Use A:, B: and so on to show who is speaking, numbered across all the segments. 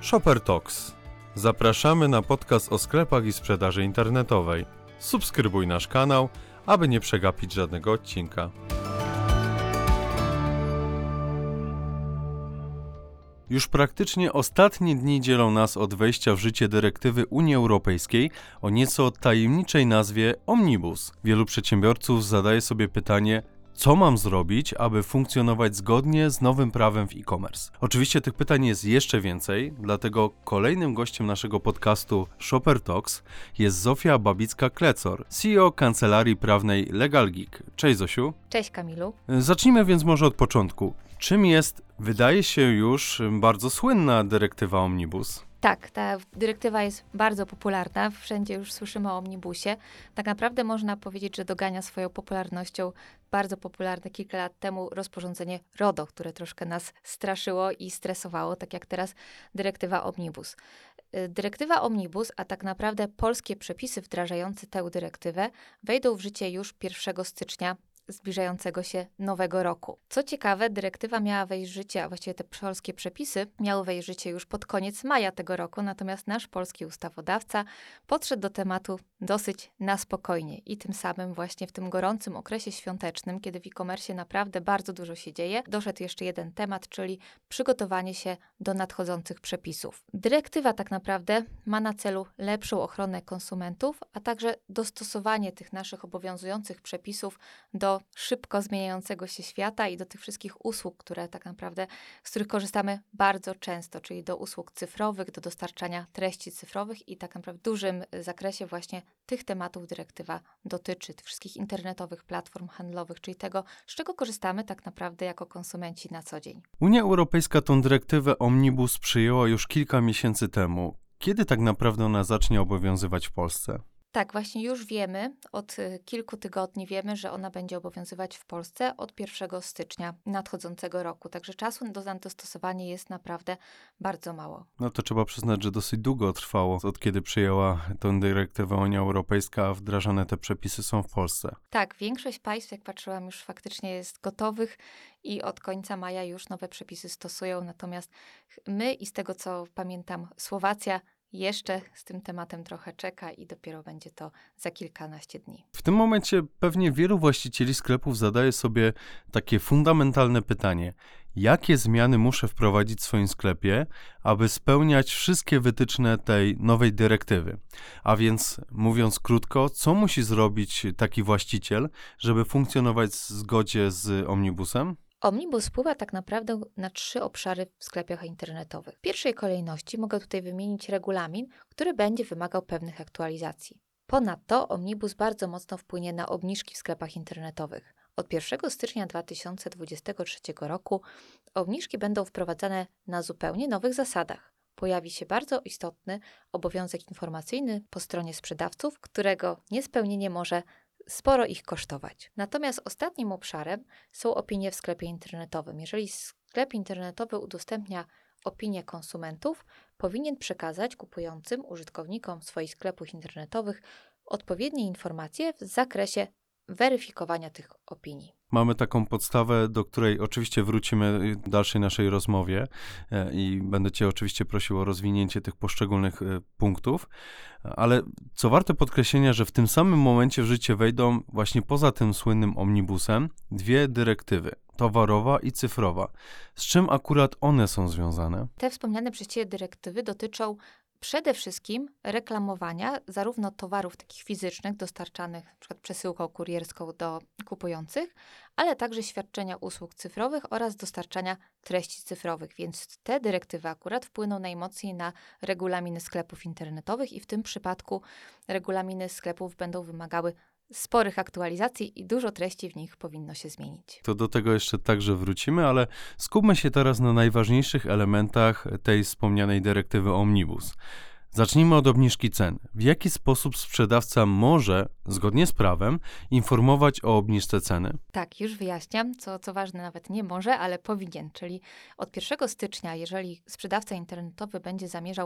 A: Shopper Talks. Zapraszamy na podcast o sklepach i sprzedaży internetowej. Subskrybuj nasz kanał, aby nie przegapić żadnego odcinka. Już praktycznie ostatnie dni dzielą nas od wejścia w życie dyrektywy Unii Europejskiej o nieco tajemniczej nazwie Omnibus. Wielu przedsiębiorców zadaje sobie pytanie, co mam zrobić, aby funkcjonować zgodnie z nowym prawem w e-commerce? Oczywiście tych pytań jest jeszcze więcej, dlatego kolejnym gościem naszego podcastu Shopper Talks jest Zofia Babicka-Klecor, CEO kancelarii prawnej Legal Geek. Cześć Zosiu.
B: Cześć Kamilu.
A: Zacznijmy więc może od początku. Czym jest, wydaje się już, bardzo słynna dyrektywa Omnibus?
B: Tak, ta dyrektywa jest bardzo popularna, wszędzie już słyszymy o omnibusie. Tak naprawdę można powiedzieć, że dogania swoją popularnością bardzo popularne kilka lat temu rozporządzenie RODO, które troszkę nas straszyło i stresowało, tak jak teraz dyrektywa Omnibus. Dyrektywa Omnibus, a tak naprawdę polskie przepisy wdrażające tę dyrektywę wejdą w życie już 1 stycznia zbliżającego się nowego roku. Co ciekawe, dyrektywa miała wejść w życie, a właściwie te polskie przepisy miały wejść w życie już pod koniec maja tego roku, natomiast nasz polski ustawodawca podszedł do tematu dosyć na spokojnie i tym samym właśnie w tym gorącym okresie świątecznym, kiedy w e-commerce naprawdę bardzo dużo się dzieje, doszedł jeszcze jeden temat, czyli przygotowanie się do nadchodzących przepisów. Dyrektywa tak naprawdę ma na celu lepszą ochronę konsumentów, a także dostosowanie tych naszych obowiązujących przepisów do szybko zmieniającego się świata i do tych wszystkich usług, które tak naprawdę, z których korzystamy bardzo często, czyli do usług cyfrowych, do dostarczania treści cyfrowych i tak naprawdę w dużym zakresie właśnie tych tematów dyrektywa dotyczy, tych wszystkich internetowych platform handlowych, czyli tego, z czego korzystamy tak naprawdę jako konsumenci na co dzień.
A: Unia Europejska tą dyrektywę Omnibus przyjęła już kilka miesięcy temu. Kiedy tak naprawdę ona zacznie obowiązywać w Polsce?
B: Tak, właśnie już wiemy, od kilku tygodni wiemy, że ona będzie obowiązywać w Polsce od 1 stycznia nadchodzącego roku. Także czasu na dostosowanie jest naprawdę bardzo mało.
A: No to trzeba przyznać, że dosyć długo trwało, od kiedy przyjęła tę dyrektywę Unia Europejska, a wdrażane te przepisy są w Polsce.
B: Tak, większość państw, jak patrzyłam, już faktycznie jest gotowych i od końca maja już nowe przepisy stosują. Natomiast my i z tego, co pamiętam, Słowacja jeszcze z tym tematem trochę czeka i dopiero będzie to za kilkanaście dni.
A: W tym momencie pewnie wielu właścicieli sklepów zadaje sobie takie fundamentalne pytanie. Jakie zmiany muszę wprowadzić w swoim sklepie, aby spełniać wszystkie wytyczne tej nowej dyrektywy? A więc, mówiąc krótko, co musi zrobić taki właściciel, żeby funkcjonować w zgodzie z Omnibusem?
B: Omnibus wpływa tak naprawdę na 3 obszary w sklepach internetowych. W pierwszej kolejności mogę tutaj wymienić regulamin, który będzie wymagał pewnych aktualizacji. Ponadto Omnibus bardzo mocno wpłynie na obniżki w sklepach internetowych. Od 1 stycznia 2023 roku obniżki będą wprowadzane na zupełnie nowych zasadach. Pojawi się bardzo istotny obowiązek informacyjny po stronie sprzedawców, którego niespełnienie może sporo ich kosztować. Natomiast ostatnim obszarem są opinie w sklepie internetowym. Jeżeli sklep internetowy udostępnia opinie konsumentów, powinien przekazać kupującym użytkownikom swoich sklepów internetowych odpowiednie informacje w zakresie weryfikowania tych opinii.
A: Mamy taką podstawę, do której oczywiście wrócimy w dalszej naszej rozmowie i będę Cię oczywiście prosił o rozwinięcie tych poszczególnych punktów, ale co warte podkreślenia, że w tym samym momencie w życie wejdą właśnie poza tym słynnym omnibusem 2 dyrektywy, towarowa i cyfrowa. Z czym akurat one są związane?
B: Te wspomniane przez Ciebie dyrektywy dotyczą przede wszystkim reklamowania zarówno towarów takich fizycznych dostarczanych np. przesyłką kurierską do kupujących, ale także świadczenia usług cyfrowych oraz dostarczania treści cyfrowych, więc te dyrektywy akurat wpłyną najmocniej na regulaminy sklepów internetowych i w tym przypadku regulaminy sklepów będą wymagały sporych aktualizacji i dużo treści w nich powinno się zmienić.
A: To do tego jeszcze także wrócimy, ale skupmy się teraz na najważniejszych elementach tej wspomnianej dyrektywy Omnibus. Zacznijmy od obniżki cen. W jaki sposób sprzedawca może, zgodnie z prawem, informować o obniżce ceny?
B: Tak, już wyjaśniam, co ważne, nawet nie może, ale powinien, czyli od 1 stycznia, jeżeli sprzedawca internetowy będzie zamierzał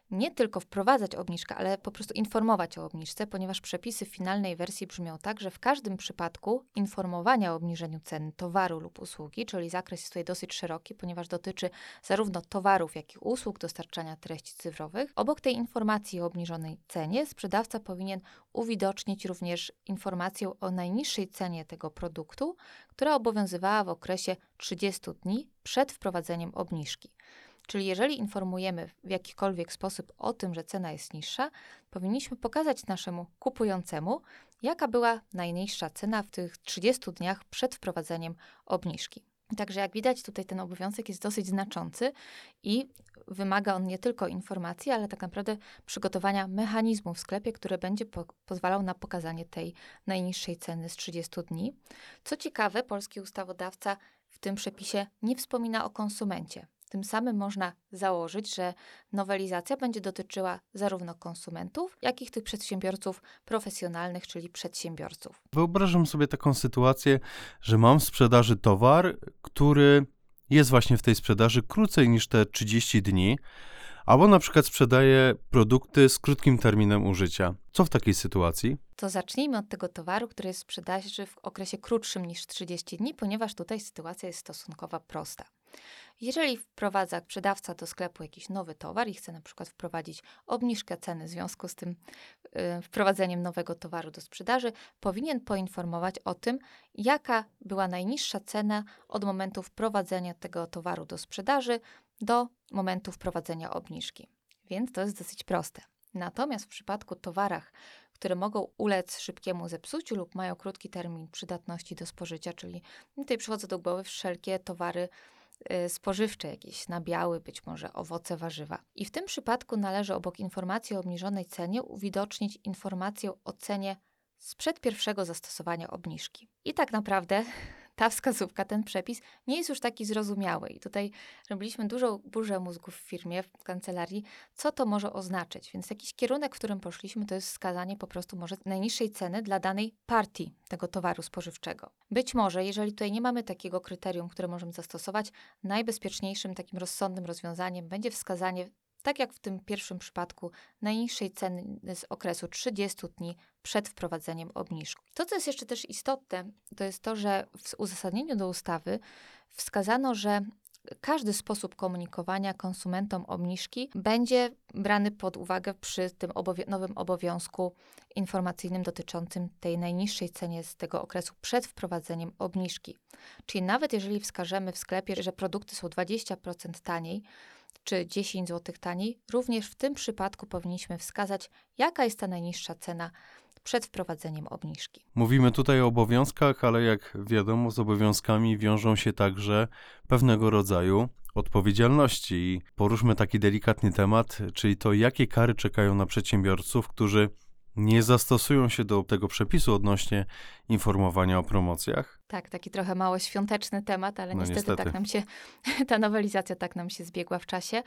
B: nie tylko wprowadzać obniżkę, ale po prostu informować o obniżce, ponieważ przepisy w finalnej wersji brzmią tak, że w każdym przypadku informowania o obniżeniu ceny towaru lub usługi, czyli zakres jest tutaj dosyć szeroki, ponieważ dotyczy zarówno towarów, jak i usług dostarczania treści cyfrowych. Obok tej informacji o obniżonej cenie sprzedawca powinien uwidocznić również informację o najniższej cenie tego produktu, która obowiązywała w okresie 30 dni przed wprowadzeniem obniżki. Czyli jeżeli informujemy w jakikolwiek sposób o tym, że cena jest niższa, powinniśmy pokazać naszemu kupującemu, jaka była najniższa cena w tych 30 dniach przed wprowadzeniem obniżki. Także jak widać, tutaj ten obowiązek jest dosyć znaczący i wymaga on nie tylko informacji, ale tak naprawdę przygotowania mechanizmu w sklepie, który będzie pozwalał na pokazanie tej najniższej ceny z 30 dni. Co ciekawe, polski ustawodawca w tym przepisie nie wspomina o konsumencie. Tym samym można założyć, że nowelizacja będzie dotyczyła zarówno konsumentów, jak i tych przedsiębiorców profesjonalnych, czyli przedsiębiorców.
A: Wyobrażam sobie taką sytuację, że mam w sprzedaży towar, który jest właśnie w tej sprzedaży krócej niż te 30 dni, albo na przykład sprzedaję produkty z krótkim terminem użycia. Co w takiej sytuacji?
B: To zacznijmy od tego towaru, który jest w sprzedaży w okresie krótszym niż 30 dni, ponieważ tutaj sytuacja jest stosunkowo prosta. Jeżeli wprowadza sprzedawca do sklepu jakiś nowy towar i chce na przykład wprowadzić obniżkę ceny w związku z tym wprowadzeniem nowego towaru do sprzedaży, powinien poinformować o tym, jaka była najniższa cena od momentu wprowadzenia tego towaru do sprzedaży do momentu wprowadzenia obniżki. Więc to jest dosyć proste. Natomiast w przypadku towarach, które mogą ulec szybkiemu zepsuciu lub mają krótki termin przydatności do spożycia, czyli tutaj przychodzą do głowy wszelkie towary spożywcze, jakieś nabiały, być może owoce, warzywa. I w tym przypadku należy obok informacji o obniżonej cenie uwidocznić informację o cenie sprzed pierwszego zastosowania obniżki. I tak naprawdę ta wskazówka, ten przepis nie jest już taki zrozumiały. I tutaj robiliśmy dużą burzę mózgów w firmie, w kancelarii, co to może oznaczyć. Więc jakiś kierunek, w którym poszliśmy, to jest wskazanie po prostu może najniższej ceny dla danej partii tego towaru spożywczego. Być może, jeżeli tutaj nie mamy takiego kryterium, które możemy zastosować, najbezpieczniejszym, takim rozsądnym rozwiązaniem będzie wskazanie, tak jak w tym pierwszym przypadku, najniższej ceny z okresu 30 dni przed wprowadzeniem obniżki. To, co jest jeszcze też istotne, to jest to, że w uzasadnieniu do ustawy wskazano, że każdy sposób komunikowania konsumentom obniżki będzie brany pod uwagę przy tym nowym obowiązku informacyjnym dotyczącym tej najniższej cenie z tego okresu przed wprowadzeniem obniżki. Czyli nawet jeżeli wskażemy w sklepie, że produkty są 20% taniej, czy 10 zł taniej, również w tym przypadku powinniśmy wskazać, jaka jest ta najniższa cena przed wprowadzeniem obniżki.
A: Mówimy tutaj o obowiązkach, ale jak wiadomo, z obowiązkami wiążą się także pewnego rodzaju odpowiedzialności. I poruszmy taki delikatny temat, czyli to, jakie kary czekają na przedsiębiorców, którzy nie zastosują się do tego przepisu odnośnie informowania o promocjach.
B: Tak, taki trochę mało świąteczny temat, ale niestety tak nam się, ta nowelizacja tak nam się zbiegła w czasie.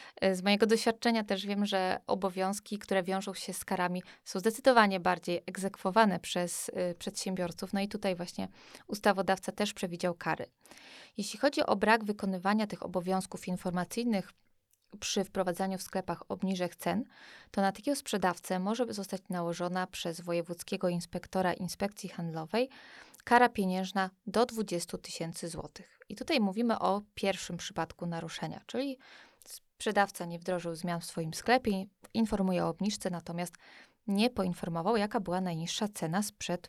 B: Z mojego doświadczenia też wiem, że obowiązki, które wiążą się z karami, są zdecydowanie bardziej egzekwowane przez przedsiębiorców. No i tutaj właśnie ustawodawca też przewidział kary. Jeśli chodzi o brak wykonywania tych obowiązków informacyjnych przy wprowadzaniu w sklepach obniżek cen, to na takiego sprzedawcę może zostać nałożona przez wojewódzkiego inspektora inspekcji handlowej kara pieniężna do 20 000 złotych. I tutaj mówimy o pierwszym przypadku naruszenia, czyli sprzedawca nie wdrożył zmian w swoim sklepie, informuje o obniżce, natomiast nie poinformował, jaka była najniższa cena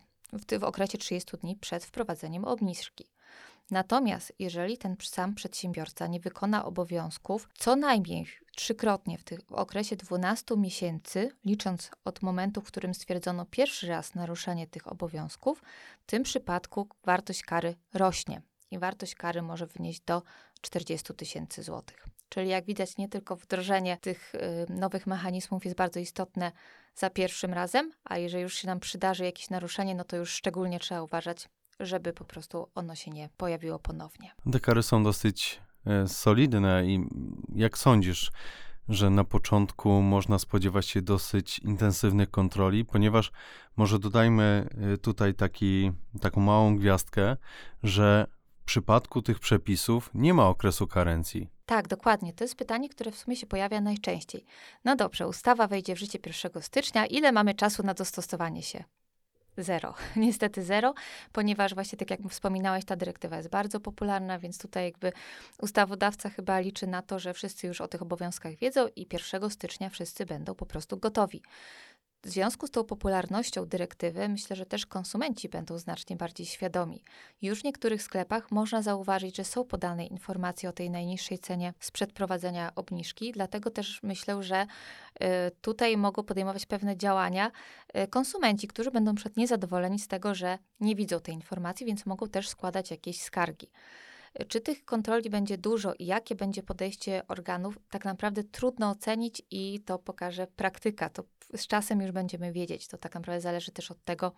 B: w okresie 30 dni przed wprowadzeniem obniżki. Natomiast jeżeli ten sam przedsiębiorca nie wykona obowiązków co najmniej 3-krotnie w okresie 12 miesięcy, licząc od momentu, w którym stwierdzono pierwszy raz naruszenie tych obowiązków, w tym przypadku wartość kary rośnie i wartość kary może wynieść do 40 000 złotych. Czyli jak widać, nie tylko wdrożenie tych nowych mechanizmów jest bardzo istotne za pierwszym razem, a jeżeli już się nam przydarzy jakieś naruszenie, no to już szczególnie trzeba uważać, żeby po prostu ono się nie pojawiło ponownie.
A: Te kary są dosyć solidne i jak sądzisz, że na początku można spodziewać się dosyć intensywnych kontroli, ponieważ może dodajmy tutaj taką małą gwiazdkę, że w przypadku tych przepisów nie ma okresu karencji?
B: Tak, dokładnie. To jest pytanie, które w sumie się pojawia najczęściej. No dobrze, ustawa wejdzie w życie 1 stycznia. Ile mamy czasu na dostosowanie się? Zero. Niestety zero, ponieważ właśnie tak jak wspominałaś, ta dyrektywa jest bardzo popularna, więc tutaj jakby ustawodawca chyba liczy na to, że wszyscy już o tych obowiązkach wiedzą i 1 stycznia wszyscy będą po prostu gotowi. W związku z tą popularnością dyrektywy myślę, że też konsumenci będą znacznie bardziej świadomi. Już w niektórych sklepach można zauważyć, że są podane informacje o tej najniższej cenie sprzed prowadzenia obniżki, dlatego też myślę, że tutaj mogą podejmować pewne działania konsumenci, którzy będą przed niezadowoleni z tego, że nie widzą tej informacji, więc mogą też składać jakieś skargi. Czy tych kontroli będzie dużo i jakie będzie podejście organów, tak naprawdę trudno ocenić i to pokaże praktyka. To z czasem już będziemy wiedzieć. To tak naprawdę zależy też od tego,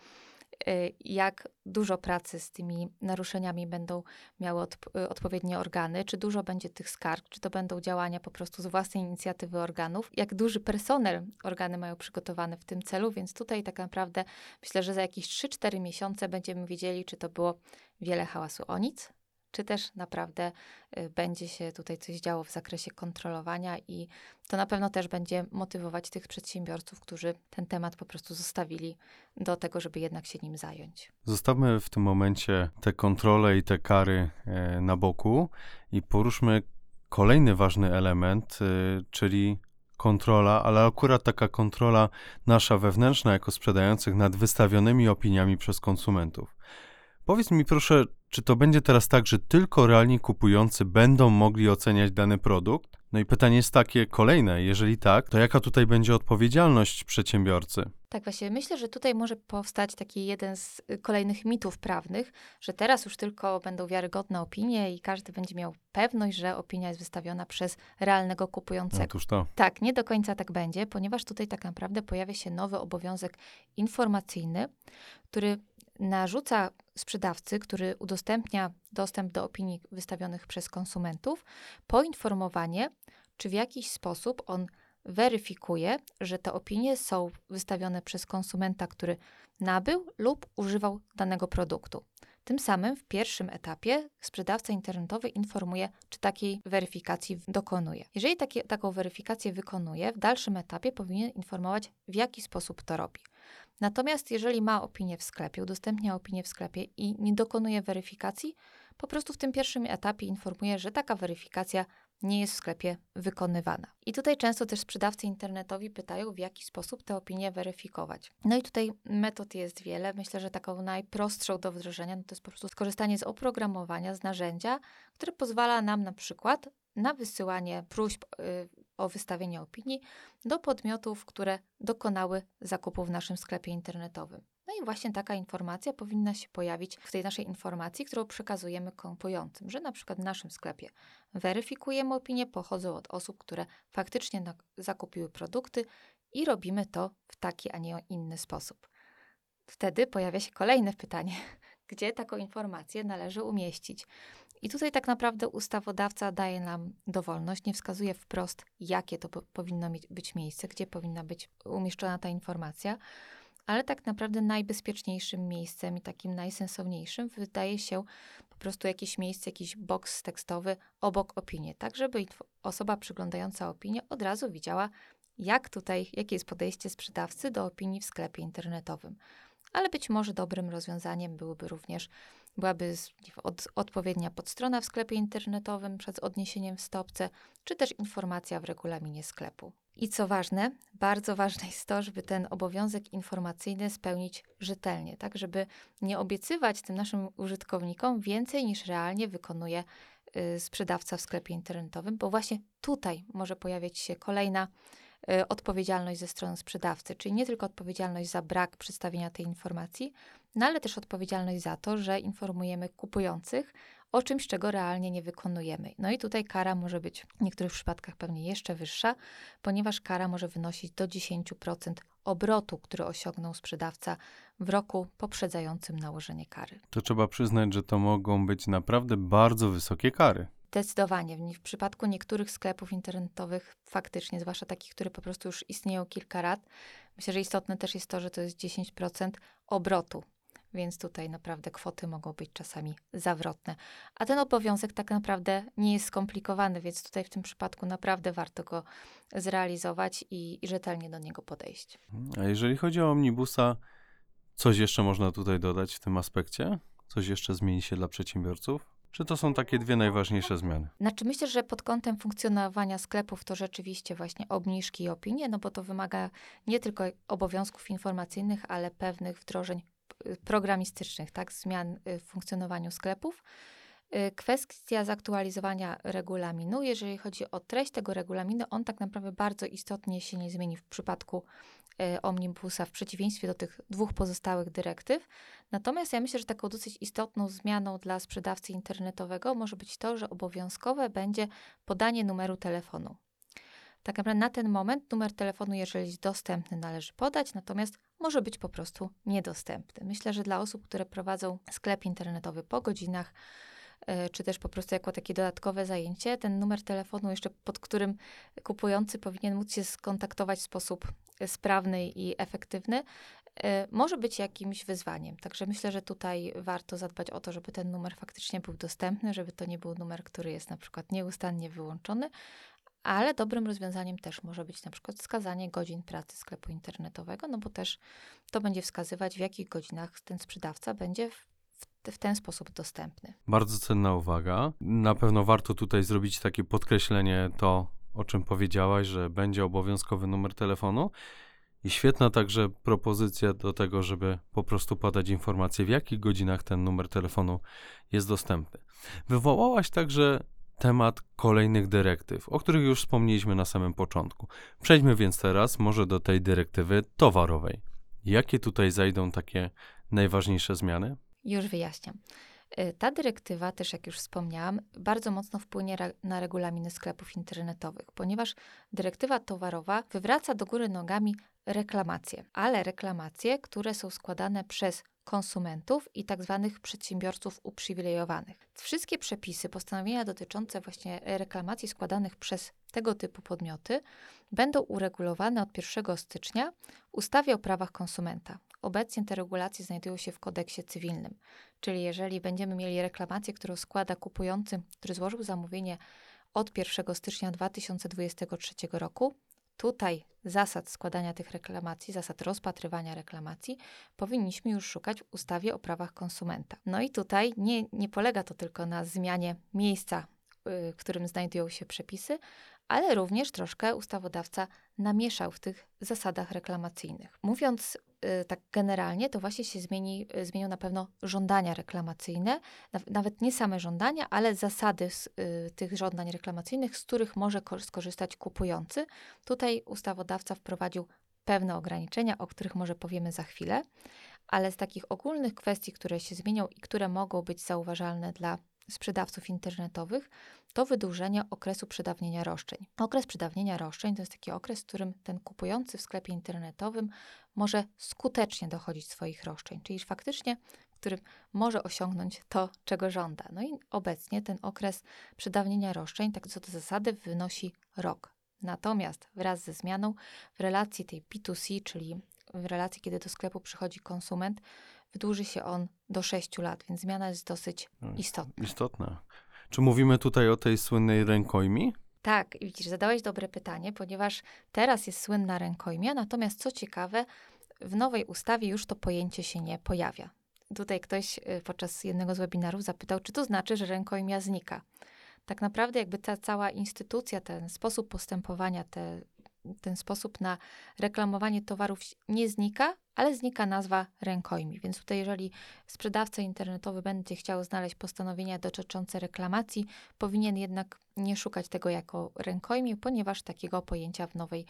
B: jak dużo pracy z tymi naruszeniami będą miały odpowiednie organy, czy dużo będzie tych skarg, czy to będą działania po prostu z własnej inicjatywy organów, jak duży personel organy mają przygotowany w tym celu, więc tutaj tak naprawdę myślę, że za jakieś 3-4 miesiące będziemy wiedzieli, czy to było wiele hałasu o nic, czy też naprawdę będzie się tutaj coś działo w zakresie kontrolowania i to na pewno też będzie motywować tych przedsiębiorców, którzy ten temat po prostu zostawili do tego, żeby jednak się nim zająć.
A: Zostawmy w tym momencie te kontrole i te kary na boku i poruszmy kolejny ważny element, czyli kontrola, ale akurat taka kontrola nasza wewnętrzna jako sprzedających nad wystawionymi opiniami przez konsumentów. Powiedz mi proszę, czy to będzie teraz tak, że tylko realni kupujący będą mogli oceniać dany produkt? No i pytanie jest takie kolejne, jeżeli tak, to jaka tutaj będzie odpowiedzialność przedsiębiorcy?
B: Tak, właśnie myślę, że tutaj może powstać taki jeden z kolejnych mitów prawnych, że teraz już tylko będą wiarygodne opinie i każdy będzie miał pewność, że opinia jest wystawiona przez realnego kupującego.
A: Otóż to.
B: Tak, nie do końca tak będzie, ponieważ tutaj tak naprawdę pojawia się nowy obowiązek informacyjny, który narzuca sprzedawcy, który udostępnia dostęp do opinii wystawionych przez konsumentów, poinformowanie, czy w jakiś sposób on weryfikuje, że te opinie są wystawione przez konsumenta, który nabył lub używał danego produktu. Tym samym w pierwszym etapie sprzedawca internetowy informuje, czy takiej weryfikacji dokonuje. Jeżeli taką weryfikację wykonuje, w dalszym etapie powinien informować, w jaki sposób to robi. Natomiast jeżeli ma opinię w sklepie, udostępnia opinię w sklepie i nie dokonuje weryfikacji, po prostu w tym pierwszym etapie informuje, że taka weryfikacja nie jest w sklepie wykonywana. I tutaj często też sprzedawcy internetowi pytają, w jaki sposób te opinie weryfikować. No i tutaj metod jest wiele. Myślę, że taką najprostszą do wdrożenia to jest po prostu skorzystanie z oprogramowania, z narzędzia, które pozwala nam na przykład na wysyłanie próśb o wystawienie opinii do podmiotów, które dokonały zakupu w naszym sklepie internetowym. No i właśnie taka informacja powinna się pojawić w tej naszej informacji, którą przekazujemy kupującym, że na przykład w naszym sklepie weryfikujemy opinie, pochodzą od osób, które faktycznie zakupiły produkty i robimy to w taki, a nie inny sposób. Wtedy pojawia się kolejne pytanie, gdzie taką informację należy umieścić. I tutaj tak naprawdę ustawodawca daje nam dowolność, nie wskazuje wprost, jakie to powinno być miejsce, gdzie powinna być umieszczona ta informacja, ale tak naprawdę najbezpieczniejszym miejscem i takim najsensowniejszym wydaje się po prostu jakieś miejsce, jakiś boks tekstowy obok opinii, tak żeby osoba przyglądająca opinię od razu widziała, jakie jest podejście sprzedawcy do opinii w sklepie internetowym. Ale być może dobrym rozwiązaniem byłaby odpowiednia podstrona w sklepie internetowym przed odniesieniem w stopce, czy też informacja w regulaminie sklepu. I co ważne, bardzo ważne jest to, żeby ten obowiązek informacyjny spełnić rzetelnie, tak żeby nie obiecywać tym naszym użytkownikom więcej niż realnie wykonuje sprzedawca w sklepie internetowym, bo właśnie tutaj może pojawiać się kolejna odpowiedzialność ze strony sprzedawcy, czyli nie tylko odpowiedzialność za brak przedstawienia tej informacji, no ale też odpowiedzialność za to, że informujemy kupujących o czymś, czego realnie nie wykonujemy. No i tutaj kara może być w niektórych przypadkach pewnie jeszcze wyższa, ponieważ kara może wynosić do 10% obrotu, który osiągnął sprzedawca w roku poprzedzającym nałożenie kary.
A: To trzeba przyznać, że to mogą być naprawdę bardzo wysokie kary.
B: Zdecydowanie. W przypadku niektórych sklepów internetowych faktycznie, zwłaszcza takich, które po prostu już istnieją kilka lat, myślę, że istotne też jest to, że to jest 10% obrotu. więc tutaj naprawdę kwoty mogą być czasami zawrotne. A ten obowiązek tak naprawdę nie jest skomplikowany, więc tutaj w tym przypadku naprawdę warto go zrealizować i rzetelnie do niego podejść.
A: A jeżeli chodzi o omnibusa, coś jeszcze można tutaj dodać w tym aspekcie? Coś jeszcze zmieni się dla przedsiębiorców? Czy to są takie dwie najważniejsze zmiany?
B: Znaczy myślę, że pod kątem funkcjonowania sklepów to rzeczywiście właśnie obniżki i opinie, no bo to wymaga nie tylko obowiązków informacyjnych, ale pewnych wdrożeń programistycznych, tak, zmian w funkcjonowaniu sklepów. Kwestia zaktualizowania regulaminu. Jeżeli chodzi o treść tego regulaminu, on tak naprawdę bardzo istotnie się nie zmieni w przypadku Omnibusa w przeciwieństwie do tych dwóch pozostałych dyrektyw. Natomiast ja myślę, że taką dosyć istotną zmianą dla sprzedawcy internetowego może być to, że obowiązkowe będzie podanie numeru telefonu. Tak naprawdę na ten moment numer telefonu, jeżeli jest dostępny, należy podać, natomiast może być po prostu niedostępny. Myślę, że dla osób, które prowadzą sklep internetowy po godzinach, czy też po prostu jako takie dodatkowe zajęcie, ten numer telefonu jeszcze pod którym kupujący powinien móc się skontaktować w sposób sprawny i efektywny, może być jakimś wyzwaniem. Także myślę, że tutaj warto zadbać o to, żeby ten numer faktycznie był dostępny, żeby to nie był numer, który jest na przykład nieustannie wyłączony, ale dobrym rozwiązaniem też może być na przykład wskazanie godzin pracy sklepu internetowego, no bo też to będzie wskazywać, w jakich godzinach ten sprzedawca będzie w ten sposób dostępny.
A: Bardzo cenna uwaga. Na pewno warto tutaj zrobić takie podkreślenie to, o czym powiedziałaś, że będzie obowiązkowy numer telefonu. I świetna także propozycja do tego, żeby po prostu podać informację, w jakich godzinach ten numer telefonu jest dostępny. Wywołałaś także temat kolejnych dyrektyw, o których już wspomnieliśmy na samym początku. Przejdźmy więc teraz może do tej dyrektywy towarowej. Jakie tutaj zajdą takie najważniejsze zmiany?
B: Już wyjaśniam. Ta dyrektywa, też jak już wspomniałam, bardzo mocno wpłynie na regulaminy sklepów internetowych, ponieważ dyrektywa towarowa wywraca do góry nogami reklamacje, ale reklamacje, które są składane przez konsumentów i tak zwanych przedsiębiorców uprzywilejowanych. Wszystkie przepisy, postanowienia dotyczące właśnie reklamacji składanych przez tego typu podmioty będą uregulowane od 1 stycznia w ustawie o prawach konsumenta. Obecnie te regulacje znajdują się w kodeksie cywilnym, czyli jeżeli będziemy mieli reklamację, którą składa kupujący, który złożył zamówienie od 1 stycznia 2023 roku, tutaj zasad składania tych reklamacji, zasad rozpatrywania reklamacji powinniśmy już szukać w ustawie o prawach konsumenta. No i tutaj nie polega to tylko na zmianie miejsca, w którym znajdują się przepisy, ale również troszkę ustawodawca namieszał w tych zasadach reklamacyjnych. Mówiąc tak generalnie, to właśnie się zmienią na pewno żądania reklamacyjne, nawet nie same żądania, ale zasady tych żądań reklamacyjnych, z których może skorzystać kupujący. Tutaj ustawodawca wprowadził pewne ograniczenia, o których może powiemy za chwilę, ale z takich ogólnych kwestii, które się zmienią i które mogą być zauważalne dla sprzedawców internetowych, to wydłużenie okresu przedawnienia roszczeń. Okres przedawnienia roszczeń to jest taki okres, w którym ten kupujący w sklepie internetowym może skutecznie dochodzić swoich roszczeń, czyli faktycznie, w którym może osiągnąć to, czego żąda. No i obecnie ten okres przedawnienia roszczeń, tak co do zasady, wynosi rok. Natomiast wraz ze zmianą w relacji tej B2C, czyli w relacji, kiedy do sklepu przychodzi konsument, wydłuży się on do 6 lat, więc zmiana jest dosyć istotna.
A: Istotna. Czy mówimy tutaj o tej słynnej rękojmi?
B: Tak, i widzisz, zadałeś dobre pytanie, ponieważ teraz jest słynna rękojmia, natomiast co ciekawe, w nowej ustawie już to pojęcie się nie pojawia. Tutaj ktoś podczas jednego z webinarów zapytał, czy to znaczy, że rękojmia znika. Tak naprawdę jakby ta cała instytucja, ten sposób postępowania, ten sposób na reklamowanie towarów nie znika, ale znika nazwa rękojmi. Więc tutaj jeżeli sprzedawca internetowy będzie chciał znaleźć postanowienia dotyczące reklamacji, powinien jednak nie szukać tego jako rękojmi, ponieważ takiego pojęcia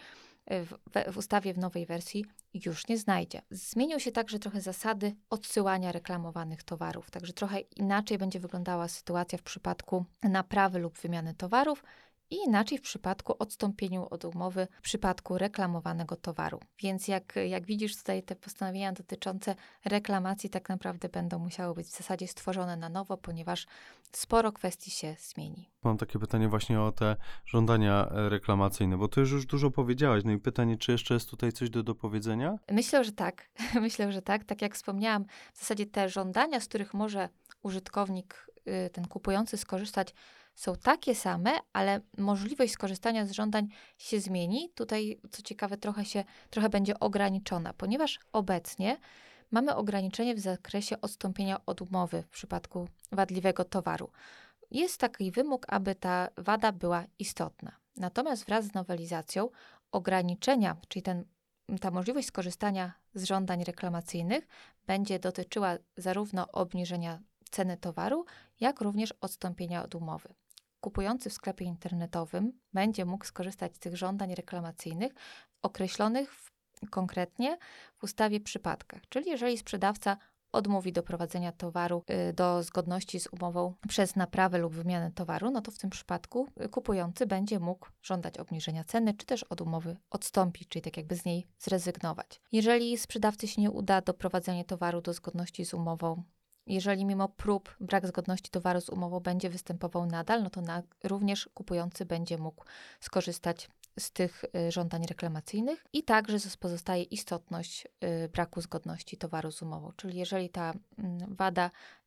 B: w ustawie w nowej wersji już nie znajdzie. Zmienią się także trochę zasady odsyłania reklamowanych towarów, także trochę inaczej będzie wyglądała sytuacja w przypadku naprawy lub wymiany towarów i inaczej w przypadku odstąpieniu od umowy w przypadku reklamowanego towaru. Więc jak widzisz tutaj te postanowienia dotyczące reklamacji tak naprawdę będą musiały być w zasadzie stworzone na nowo, ponieważ sporo kwestii się zmieni.
A: Mam takie pytanie właśnie o te żądania reklamacyjne, bo ty już dużo powiedziałaś. No i pytanie, czy jeszcze jest tutaj coś do dopowiedzenia?
B: Myślę, że tak. Myślę, że tak. Tak jak wspomniałam, w zasadzie te żądania, z których może użytkownik, ten kupujący skorzystać, są takie same, ale możliwość skorzystania z żądań się zmieni. Tutaj, co ciekawe, trochę będzie ograniczona, ponieważ obecnie mamy ograniczenie w zakresie odstąpienia od umowy w przypadku wadliwego towaru. Jest taki wymóg, aby ta wada była istotna. Natomiast wraz z nowelizacją ograniczenia, czyli ta możliwość skorzystania z żądań reklamacyjnych będzie dotyczyła zarówno obniżenia ceny towaru, jak również odstąpienia od umowy. Kupujący w sklepie internetowym będzie mógł skorzystać z tych żądań reklamacyjnych określonych konkretnie w ustawie przypadkach. Czyli jeżeli sprzedawca odmówi doprowadzenia towaru do zgodności z umową przez naprawę lub wymianę towaru, no to w tym przypadku kupujący będzie mógł żądać obniżenia ceny, czy też od umowy odstąpić, czyli tak jakby z niej zrezygnować. Jeżeli sprzedawcy się nie uda doprowadzenie towaru do zgodności z umową, jeżeli mimo prób brak zgodności towaru z umową będzie występował nadal, no to również kupujący będzie mógł skorzystać z tych żądań reklamacyjnych i także pozostaje istotność braku zgodności towaru z umową. Czyli jeżeli ta wada,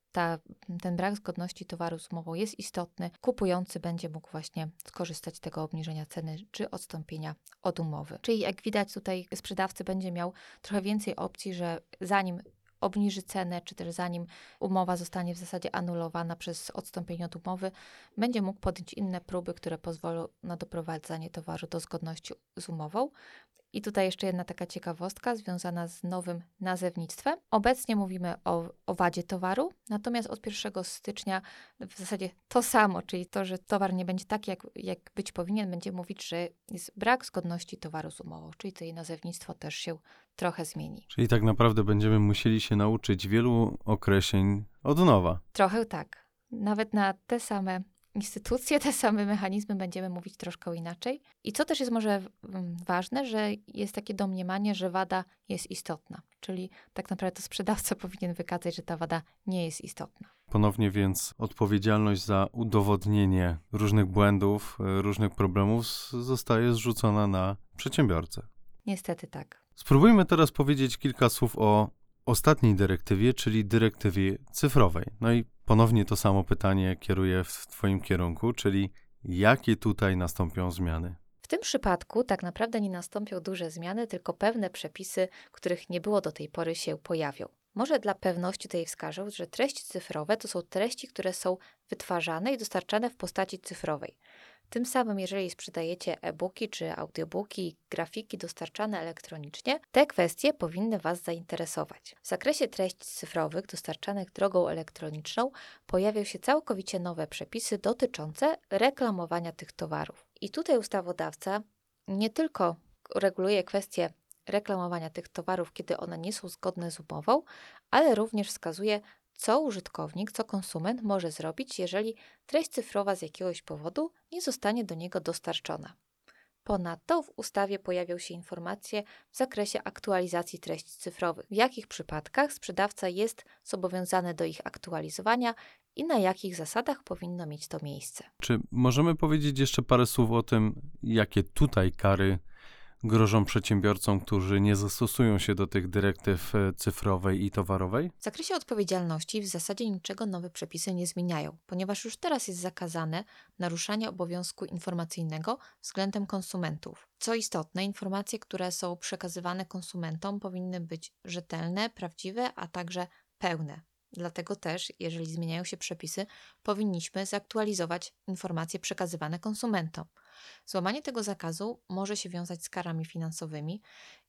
B: ten brak zgodności towaru z umową jest istotny, kupujący będzie mógł właśnie skorzystać z tego obniżenia ceny czy odstąpienia od umowy. Czyli jak widać tutaj sprzedawcy będzie miał trochę więcej opcji, że zanim obniży cenę, czy też zanim umowa zostanie w zasadzie anulowana przez odstąpienie od umowy, będzie mógł podjąć inne próby, które pozwolą na doprowadzenie towaru do zgodności z umową. I tutaj jeszcze jedna taka ciekawostka związana z nowym nazewnictwem. Obecnie mówimy o wadzie towaru, natomiast od 1 stycznia w zasadzie to samo, czyli to, że towar nie będzie taki, jak być powinien, będzie mówić, że jest brak zgodności towaru z umową, czyli tutaj nazewnictwo też się trochę zmieni.
A: Czyli tak naprawdę będziemy musieli się nauczyć wielu określeń od nowa.
B: Trochę tak. Nawet na te same instytucje, te same mechanizmy będziemy mówić troszkę inaczej. I co też jest może ważne, że jest takie domniemanie, że wada jest istotna. Czyli tak naprawdę to sprzedawca powinien wykazać, że ta wada nie jest istotna.
A: Ponownie więc odpowiedzialność za udowodnienie różnych błędów, różnych problemów zostaje zrzucona na przedsiębiorcę.
B: Niestety tak.
A: Spróbujmy teraz powiedzieć kilka słów o ostatniej dyrektywie, czyli dyrektywie cyfrowej. No i ponownie to samo pytanie kieruję w Twoim kierunku, czyli jakie tutaj nastąpią zmiany?
B: W tym przypadku tak naprawdę nie nastąpią duże zmiany, tylko pewne przepisy, których nie było do tej pory, się pojawią. Może dla pewności tutaj wskażę, że treści cyfrowe to są treści, które są wytwarzane i dostarczane w postaci cyfrowej. Tym samym, jeżeli sprzedajecie e-booki czy audiobooki, grafiki dostarczane elektronicznie, te kwestie powinny Was zainteresować. W zakresie treści cyfrowych dostarczanych drogą elektroniczną pojawią się całkowicie nowe przepisy dotyczące reklamowania tych towarów. I tutaj ustawodawca nie tylko reguluje kwestie reklamowania tych towarów, kiedy one nie są zgodne z umową, ale również wskazuje, co użytkownik, co konsument może zrobić, jeżeli treść cyfrowa z jakiegoś powodu nie zostanie do niego dostarczona. Ponadto w ustawie pojawią się informacje w zakresie aktualizacji treści cyfrowych, w jakich przypadkach sprzedawca jest zobowiązany do ich aktualizowania i na jakich zasadach powinno mieć to miejsce.
A: Czy możemy powiedzieć jeszcze parę słów o tym, jakie tutaj kary grożą przedsiębiorcom, którzy nie zastosują się do tych dyrektyw cyfrowej i towarowej?
B: W zakresie odpowiedzialności w zasadzie niczego nowe przepisy nie zmieniają, ponieważ już teraz jest zakazane naruszanie obowiązku informacyjnego względem konsumentów. Co istotne, informacje, które są przekazywane konsumentom, powinny być rzetelne, prawdziwe, a także pełne. Dlatego też, jeżeli zmieniają się przepisy, powinniśmy zaktualizować informacje przekazywane konsumentom. Złamanie tego zakazu może się wiązać z karami finansowymi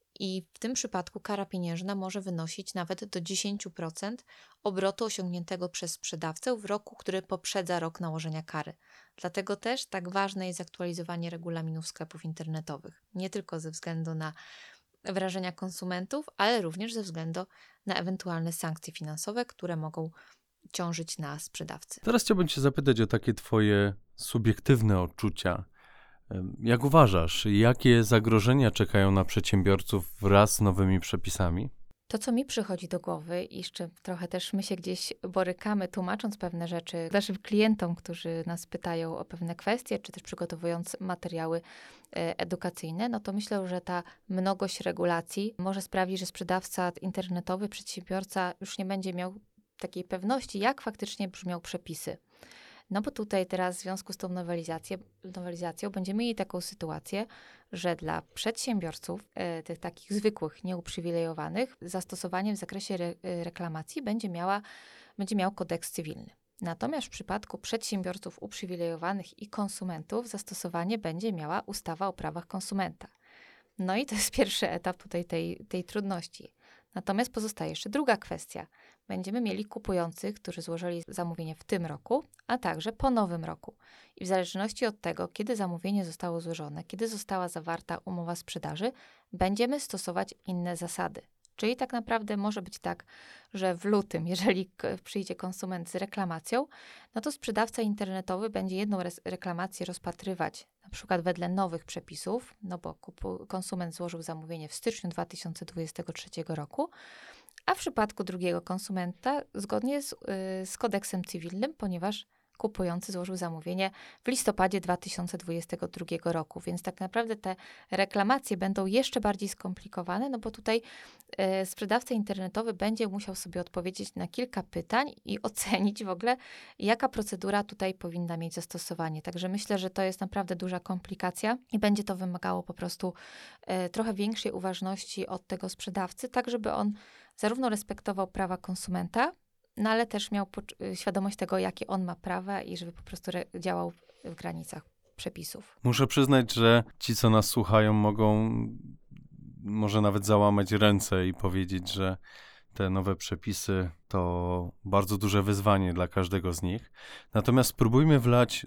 B: i w tym przypadku kara pieniężna może wynosić nawet do 10% obrotu osiągniętego przez sprzedawcę w roku, który poprzedza rok nałożenia kary. Dlatego też tak ważne jest aktualizowanie regulaminów sklepów internetowych. Nie tylko ze względu na wrażenia konsumentów, ale również ze względu na ewentualne sankcje finansowe, które mogą ciążyć na sprzedawcy.
A: Teraz chciałbym Cię zapytać o takie Twoje subiektywne odczucia. Jak uważasz, jakie zagrożenia czekają na przedsiębiorców wraz z nowymi przepisami?
B: To, co mi przychodzi do głowy i z czym trochę też my się gdzieś borykamy, tłumacząc pewne rzeczy naszym klientom, którzy nas pytają o pewne kwestie, czy też przygotowując materiały edukacyjne, no to myślę, że ta mnogość regulacji może sprawić, że sprzedawca internetowy, przedsiębiorca już nie będzie miał takiej pewności, jak faktycznie brzmią przepisy. No bo tutaj teraz w związku z tą nowelizacją będziemy mieli taką sytuację, że dla przedsiębiorców, tych takich zwykłych, nieuprzywilejowanych, zastosowanie w zakresie reklamacji będzie miał kodeks cywilny. Natomiast w przypadku przedsiębiorców uprzywilejowanych i konsumentów zastosowanie będzie miała ustawa o prawach konsumenta. No i to jest pierwszy etap tutaj tej trudności. Natomiast pozostaje jeszcze druga kwestia. Będziemy mieli kupujących, którzy złożyli zamówienie w tym roku, a także po nowym roku. I w zależności od tego, kiedy zamówienie zostało złożone, kiedy została zawarta umowa sprzedaży, będziemy stosować inne zasady. Czyli tak naprawdę może być tak, że w lutym, jeżeli przyjdzie konsument z reklamacją, no to sprzedawca internetowy będzie jedną reklamację rozpatrywać na przykład wedle nowych przepisów, no bo konsument złożył zamówienie w styczniu 2023 roku, a w przypadku drugiego konsumenta zgodnie z kodeksem cywilnym, ponieważ kupujący złożył zamówienie w listopadzie 2022 roku. Więc tak naprawdę te reklamacje będą jeszcze bardziej skomplikowane, no bo tutaj sprzedawca internetowy będzie musiał sobie odpowiedzieć na kilka pytań i ocenić w ogóle, jaka procedura tutaj powinna mieć zastosowanie. Także myślę, że to jest naprawdę duża komplikacja i będzie to wymagało po prostu trochę większej uważności od tego sprzedawcy, tak żeby on zarówno respektował prawa konsumenta, no ale też miał świadomość tego, jakie on ma prawa i żeby po prostu działał w granicach przepisów.
A: Muszę przyznać, że ci, co nas słuchają, mogą może nawet załamać ręce i powiedzieć, że te nowe przepisy to bardzo duże wyzwanie dla każdego z nich. Natomiast spróbujmy wlać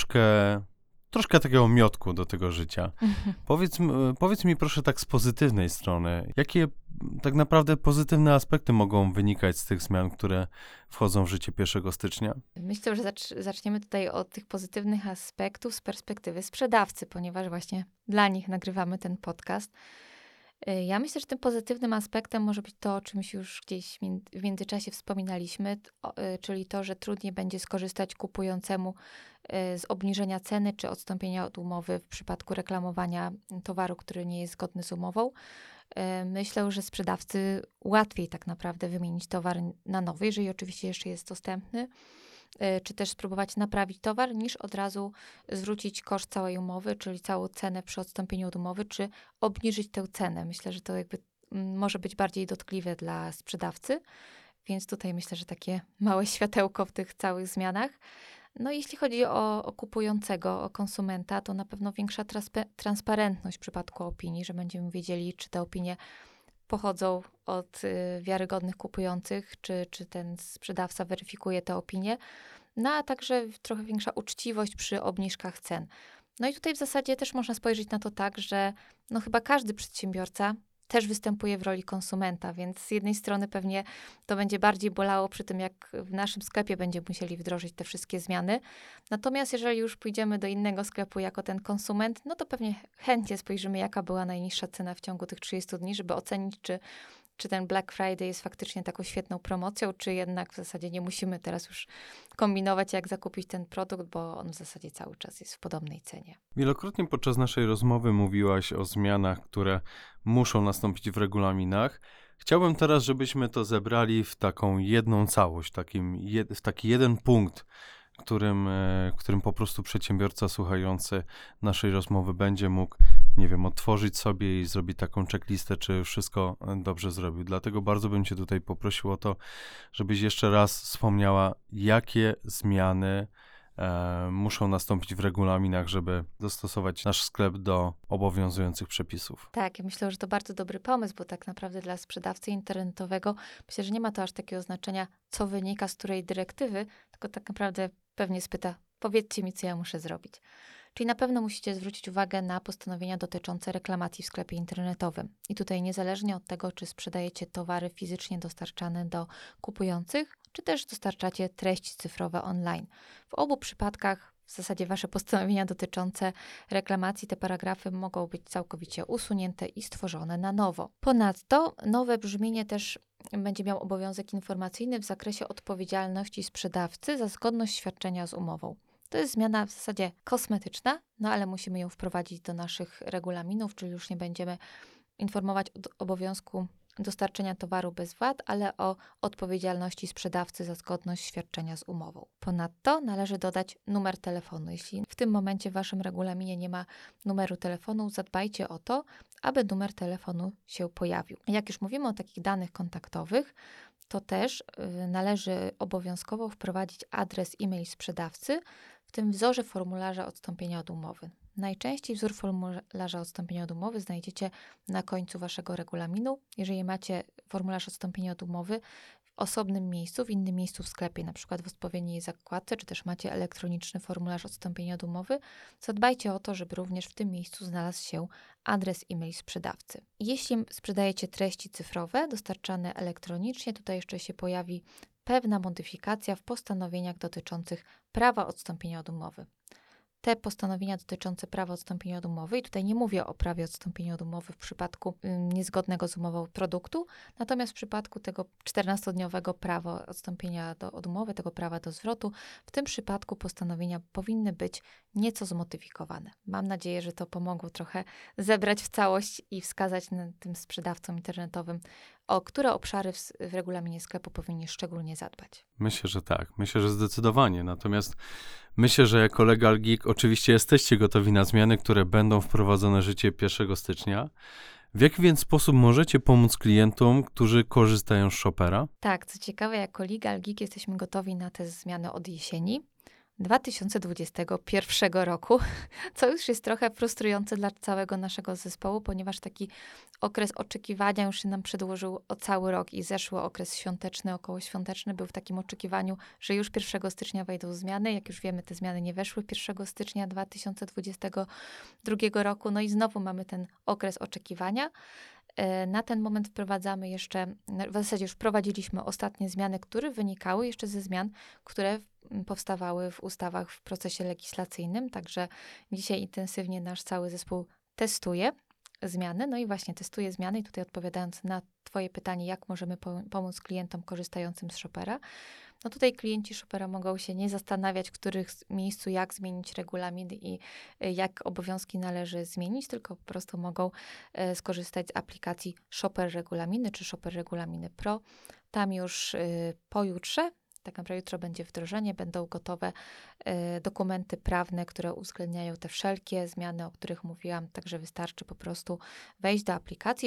A: troszkę takiego miotku do tego życia. Powiedz mi proszę tak z pozytywnej strony, jakie tak naprawdę pozytywne aspekty mogą wynikać z tych zmian, które wchodzą w życie 1 stycznia?
B: Myślę, że zaczniemy tutaj od tych pozytywnych aspektów z perspektywy sprzedawcy, ponieważ właśnie dla nich nagrywamy ten podcast. Ja myślę, że tym pozytywnym aspektem może być to, o czymś już gdzieś w międzyczasie wspominaliśmy, czyli to, że trudniej będzie skorzystać kupującemu z obniżenia ceny czy odstąpienia od umowy w przypadku reklamowania towaru, który nie jest zgodny z umową. Myślę, że sprzedawcy łatwiej tak naprawdę wymienić towar na nowy, jeżeli oczywiście jeszcze jest dostępny, czy też spróbować naprawić towar, niż od razu zwrócić koszt całej umowy, czyli całą cenę przy odstąpieniu od umowy, czy obniżyć tę cenę. Myślę, że to jakby może być bardziej dotkliwe dla sprzedawcy, więc tutaj myślę, że takie małe światełko w tych całych zmianach. No jeśli chodzi o kupującego, o konsumenta, to na pewno większa transparentność w przypadku opinii, że będziemy wiedzieli, czy te opinie pochodzą od wiarygodnych kupujących, czy ten sprzedawca weryfikuje te opinie, no a także trochę większa uczciwość przy obniżkach cen. No i tutaj w zasadzie też można spojrzeć na to tak, że no chyba każdy przedsiębiorca też występuje w roli konsumenta, więc z jednej strony pewnie to będzie bardziej bolało przy tym, jak w naszym sklepie będziemy musieli wdrożyć te wszystkie zmiany. Natomiast jeżeli już pójdziemy do innego sklepu jako ten konsument, no to pewnie chętnie spojrzymy, jaka była najniższa cena w ciągu tych 30 dni, żeby ocenić, czy ten Black Friday jest faktycznie taką świetną promocją, czy jednak w zasadzie nie musimy teraz już kombinować, jak zakupić ten produkt, bo on w zasadzie cały czas jest w podobnej cenie.
A: Wielokrotnie podczas naszej rozmowy mówiłaś o zmianach, które muszą nastąpić w regulaminach. Chciałbym teraz, żebyśmy to zebrali w taką jedną całość, w taki jeden punkt, którym po prostu przedsiębiorca słuchający naszej rozmowy będzie mógł, nie wiem, otworzyć sobie i zrobić taką checklistę, czy wszystko dobrze zrobił. Dlatego bardzo bym cię tutaj poprosił o to, żebyś jeszcze raz wspomniała, jakie zmiany muszą nastąpić w regulaminach, żeby dostosować nasz sklep do obowiązujących przepisów.
B: Tak, ja myślę, że to bardzo dobry pomysł, bo tak naprawdę dla sprzedawcy internetowego myślę, że nie ma to aż takiego znaczenia, co wynika z której dyrektywy, tylko tak naprawdę pewnie spyta, powiedzcie mi, co ja muszę zrobić. Czyli na pewno musicie zwrócić uwagę na postanowienia dotyczące reklamacji w sklepie internetowym. I tutaj niezależnie od tego, czy sprzedajecie towary fizycznie dostarczane do kupujących, czy też dostarczacie treści cyfrowe online. W obu przypadkach w zasadzie wasze postanowienia dotyczące reklamacji, te paragrafy mogą być całkowicie usunięte i stworzone na nowo. Ponadto nowe brzmienie też będzie miał obowiązek informacyjny w zakresie odpowiedzialności sprzedawcy za zgodność świadczenia z umową. To jest zmiana w zasadzie kosmetyczna, no ale musimy ją wprowadzić do naszych regulaminów, czyli już nie będziemy informować o obowiązku dostarczenia towaru bez VAT, ale o odpowiedzialności sprzedawcy za zgodność świadczenia z umową. Ponadto należy dodać numer telefonu. Jeśli w tym momencie w waszym regulaminie nie ma numeru telefonu, zadbajcie o to, aby numer telefonu się pojawił. Jak już mówimy o takich danych kontaktowych, to też należy obowiązkowo wprowadzić adres e-mail sprzedawcy w tym wzorze formularza odstąpienia od umowy. Najczęściej wzór formularza odstąpienia od umowy znajdziecie na końcu waszego regulaminu. Jeżeli macie formularz odstąpienia od umowy w osobnym miejscu, w innym miejscu w sklepie, na przykład w odpowiedniej zakładce, czy też macie elektroniczny formularz odstąpienia od umowy, zadbajcie o to, żeby również w tym miejscu znalazł się adres e-mail sprzedawcy. Jeśli sprzedajecie treści cyfrowe dostarczane elektronicznie, tutaj jeszcze się pojawi pewna modyfikacja w postanowieniach dotyczących prawa odstąpienia od umowy. Te postanowienia dotyczące prawa odstąpienia od umowy, i tutaj nie mówię o prawie odstąpienia od umowy w przypadku niezgodnego z umową produktu, natomiast w przypadku tego 14-dniowego prawa odstąpienia od umowy, tego prawa do zwrotu, w tym przypadku postanowienia powinny być nieco zmodyfikowane. Mam nadzieję, że to pomogło trochę zebrać w całość i wskazać tym sprzedawcom internetowym, o które obszary w regulaminie sklepu powinni szczególnie zadbać.
A: Myślę, że tak. Myślę, że zdecydowanie. Natomiast myślę, że jako Legal Geek oczywiście jesteście gotowi na zmiany, które będą wprowadzone w życie 1 stycznia. W jaki więc sposób możecie pomóc klientom, którzy korzystają z Shoppera?
B: Tak, co ciekawe, jako Legal Geek jesteśmy gotowi na te zmiany od jesieni 2021 roku, co już jest trochę frustrujące dla całego naszego zespołu, ponieważ taki okres oczekiwania już się nam przedłużył o cały rok i zeszły okres świąteczny, okołoświąteczny był w takim oczekiwaniu, że już 1 stycznia wejdą zmiany. Jak już wiemy, te zmiany nie weszły 1 stycznia 2022 roku, no i znowu mamy ten okres oczekiwania. Na ten moment wprowadzamy jeszcze, w zasadzie już wprowadziliśmy ostatnie zmiany, które wynikały jeszcze ze zmian, które powstawały w ustawach w procesie legislacyjnym, także dzisiaj intensywnie nasz cały zespół testuje zmiany, no i właśnie testuje zmiany i tutaj odpowiadając na twoje pytanie, jak możemy pomóc klientom korzystającym z Shoppera, no tutaj klienci Shoppera mogą się nie zastanawiać, w których miejscu jak zmienić regulamin i jak obowiązki należy zmienić, tylko po prostu mogą skorzystać z aplikacji Shopper Regulaminy czy Shopper Regulaminy Pro. Tam już pojutrze, tak naprawdę jutro będzie wdrożenie, będą gotowe dokumenty prawne, które uwzględniają te wszelkie zmiany, o których mówiłam, także wystarczy po prostu wejść do aplikacji.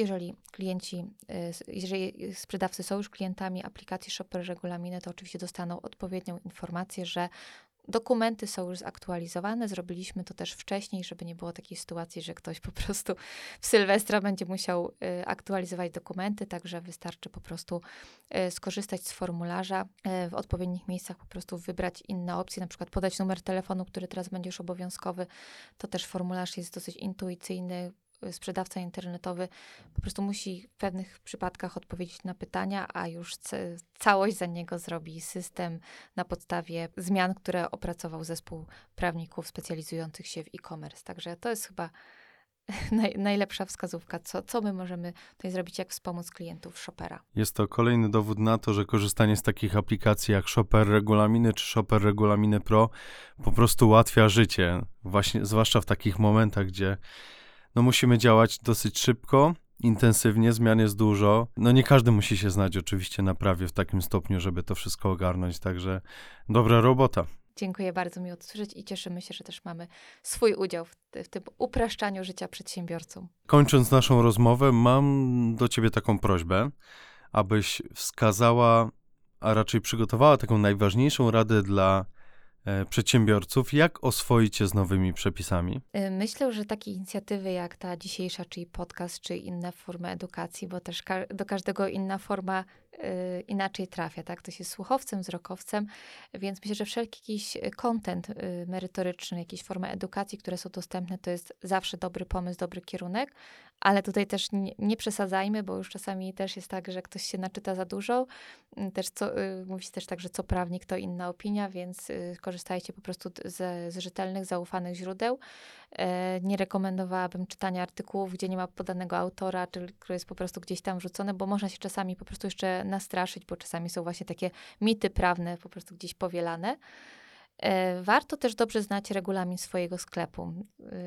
B: Jeżeli sprzedawcy są już klientami aplikacji Shopper Regulaminy, to oczywiście dostaną odpowiednią informację, że dokumenty są już zaktualizowane. Zrobiliśmy to też wcześniej, żeby nie było takiej sytuacji, że ktoś po prostu w Sylwestra będzie musiał aktualizować dokumenty, także wystarczy po prostu skorzystać z formularza, w odpowiednich miejscach po prostu wybrać inne opcje, na przykład podać numer telefonu, który teraz będzie już obowiązkowy. To też formularz jest dosyć intuicyjny. Sprzedawca internetowy po prostu musi w pewnych przypadkach odpowiedzieć na pytania, a już całość za niego zrobi system na podstawie zmian, które opracował zespół prawników specjalizujących się w e-commerce. Także to jest chyba najlepsza wskazówka, co my możemy tutaj zrobić, jak wspomóc klientów Shoppera.
A: Jest to kolejny dowód na to, że korzystanie z takich aplikacji jak Shopper Regulaminy czy Shopper Regulaminy Pro po prostu ułatwia życie, właśnie zwłaszcza w takich momentach, gdzie musimy działać dosyć szybko, intensywnie, zmian jest dużo. Nie każdy musi się znać oczywiście na prawie w takim stopniu, żeby to wszystko ogarnąć, także dobra robota.
B: Dziękuję bardzo, miło to słyszeć i cieszymy się, że też mamy swój udział w tym upraszczaniu życia przedsiębiorcom.
A: Kończąc naszą rozmowę, mam do ciebie taką prośbę, abyś wskazała, a raczej przygotowała taką najważniejszą radę dla przedsiębiorców, jak oswoić się z nowymi przepisami?
B: Myślę, że takie inicjatywy jak ta dzisiejsza, czyli podcast, czy inne formy edukacji, bo też do każdego inna forma inaczej trafia, tak? Ktoś jest słuchowcem, wzrokowcem, więc myślę, że wszelki jakiś content merytoryczny, jakieś formy edukacji, które są dostępne, to jest zawsze dobry pomysł, dobry kierunek, ale tutaj też nie przesadzajmy, bo już czasami też jest tak, że ktoś się naczyta za dużo, też mówi się też tak, że co prawnik, to inna opinia, więc korzystajcie po prostu z rzetelnych, zaufanych źródeł. Nie rekomendowałabym czytania artykułów, gdzie nie ma podanego autora, czyli które jest po prostu gdzieś tam wrzucone, bo można się czasami po prostu jeszcze nastraszyć, bo czasami są właśnie takie mity prawne po prostu gdzieś powielane. Warto też dobrze znać regulamin swojego sklepu.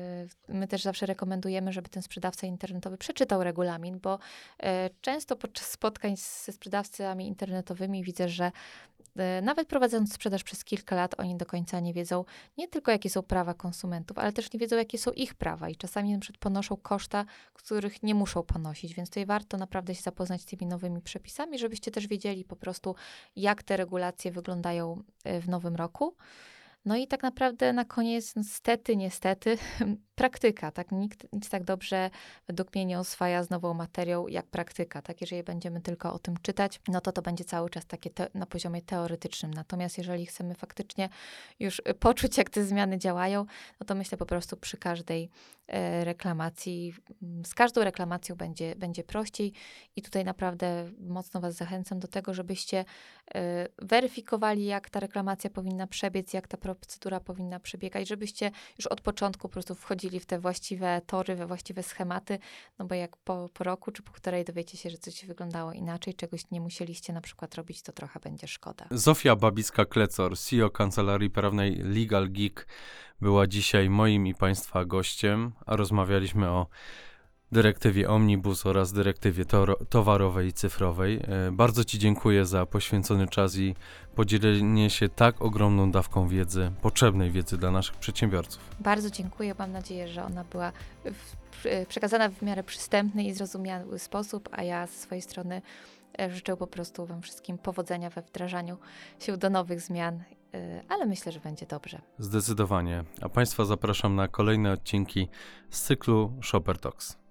B: My też zawsze rekomendujemy, żeby ten sprzedawca internetowy przeczytał regulamin, bo często podczas spotkań ze sprzedawcami internetowymi widzę, że nawet prowadząc sprzedaż przez kilka lat, oni do końca nie wiedzą nie tylko, jakie są prawa konsumentów, ale też nie wiedzą, jakie są ich prawa i czasami na przykład ponoszą koszta, których nie muszą ponosić, więc tutaj warto naprawdę się zapoznać z tymi nowymi przepisami, żebyście też wiedzieli po prostu, jak te regulacje wyglądają w nowym roku. No i tak naprawdę na koniec, niestety, praktyka, tak? Nic tak dobrze według mnie nie oswaja z nową materią jak praktyka, tak? Jeżeli będziemy tylko o tym czytać, no to będzie cały czas takie na poziomie teoretycznym. Natomiast jeżeli chcemy faktycznie już poczuć, jak te zmiany działają, no to myślę po prostu przy każdej reklamacji, z każdą reklamacją będzie prościej i tutaj naprawdę mocno was zachęcam do tego, żebyście weryfikowali, jak ta reklamacja powinna przebiec, jak ta procedura powinna przebiegać, żebyście już od początku po prostu wchodzili w te właściwe tory, we właściwe schematy, no bo jak po roku czy po półtorej dowiecie się, że coś wyglądało inaczej, czegoś nie musieliście na przykład robić, to trochę będzie szkoda.
A: Zofia Babicka-Klecor, CEO Kancelarii Prawnej Legal Geek, była dzisiaj moim i Państwa gościem, a rozmawialiśmy o dyrektywie Omnibus oraz dyrektywie towarowej i cyfrowej. Bardzo Ci dziękuję za poświęcony czas i podzielenie się tak ogromną dawką wiedzy, potrzebnej wiedzy dla naszych przedsiębiorców.
B: Bardzo dziękuję. Mam nadzieję, że ona była przekazana w miarę przystępny i zrozumiały sposób, a ja ze swojej strony życzę po prostu wam wszystkim powodzenia we wdrażaniu się do nowych zmian, ale myślę, że będzie dobrze.
A: Zdecydowanie. A Państwa zapraszam na kolejne odcinki z cyklu Shopper Talks.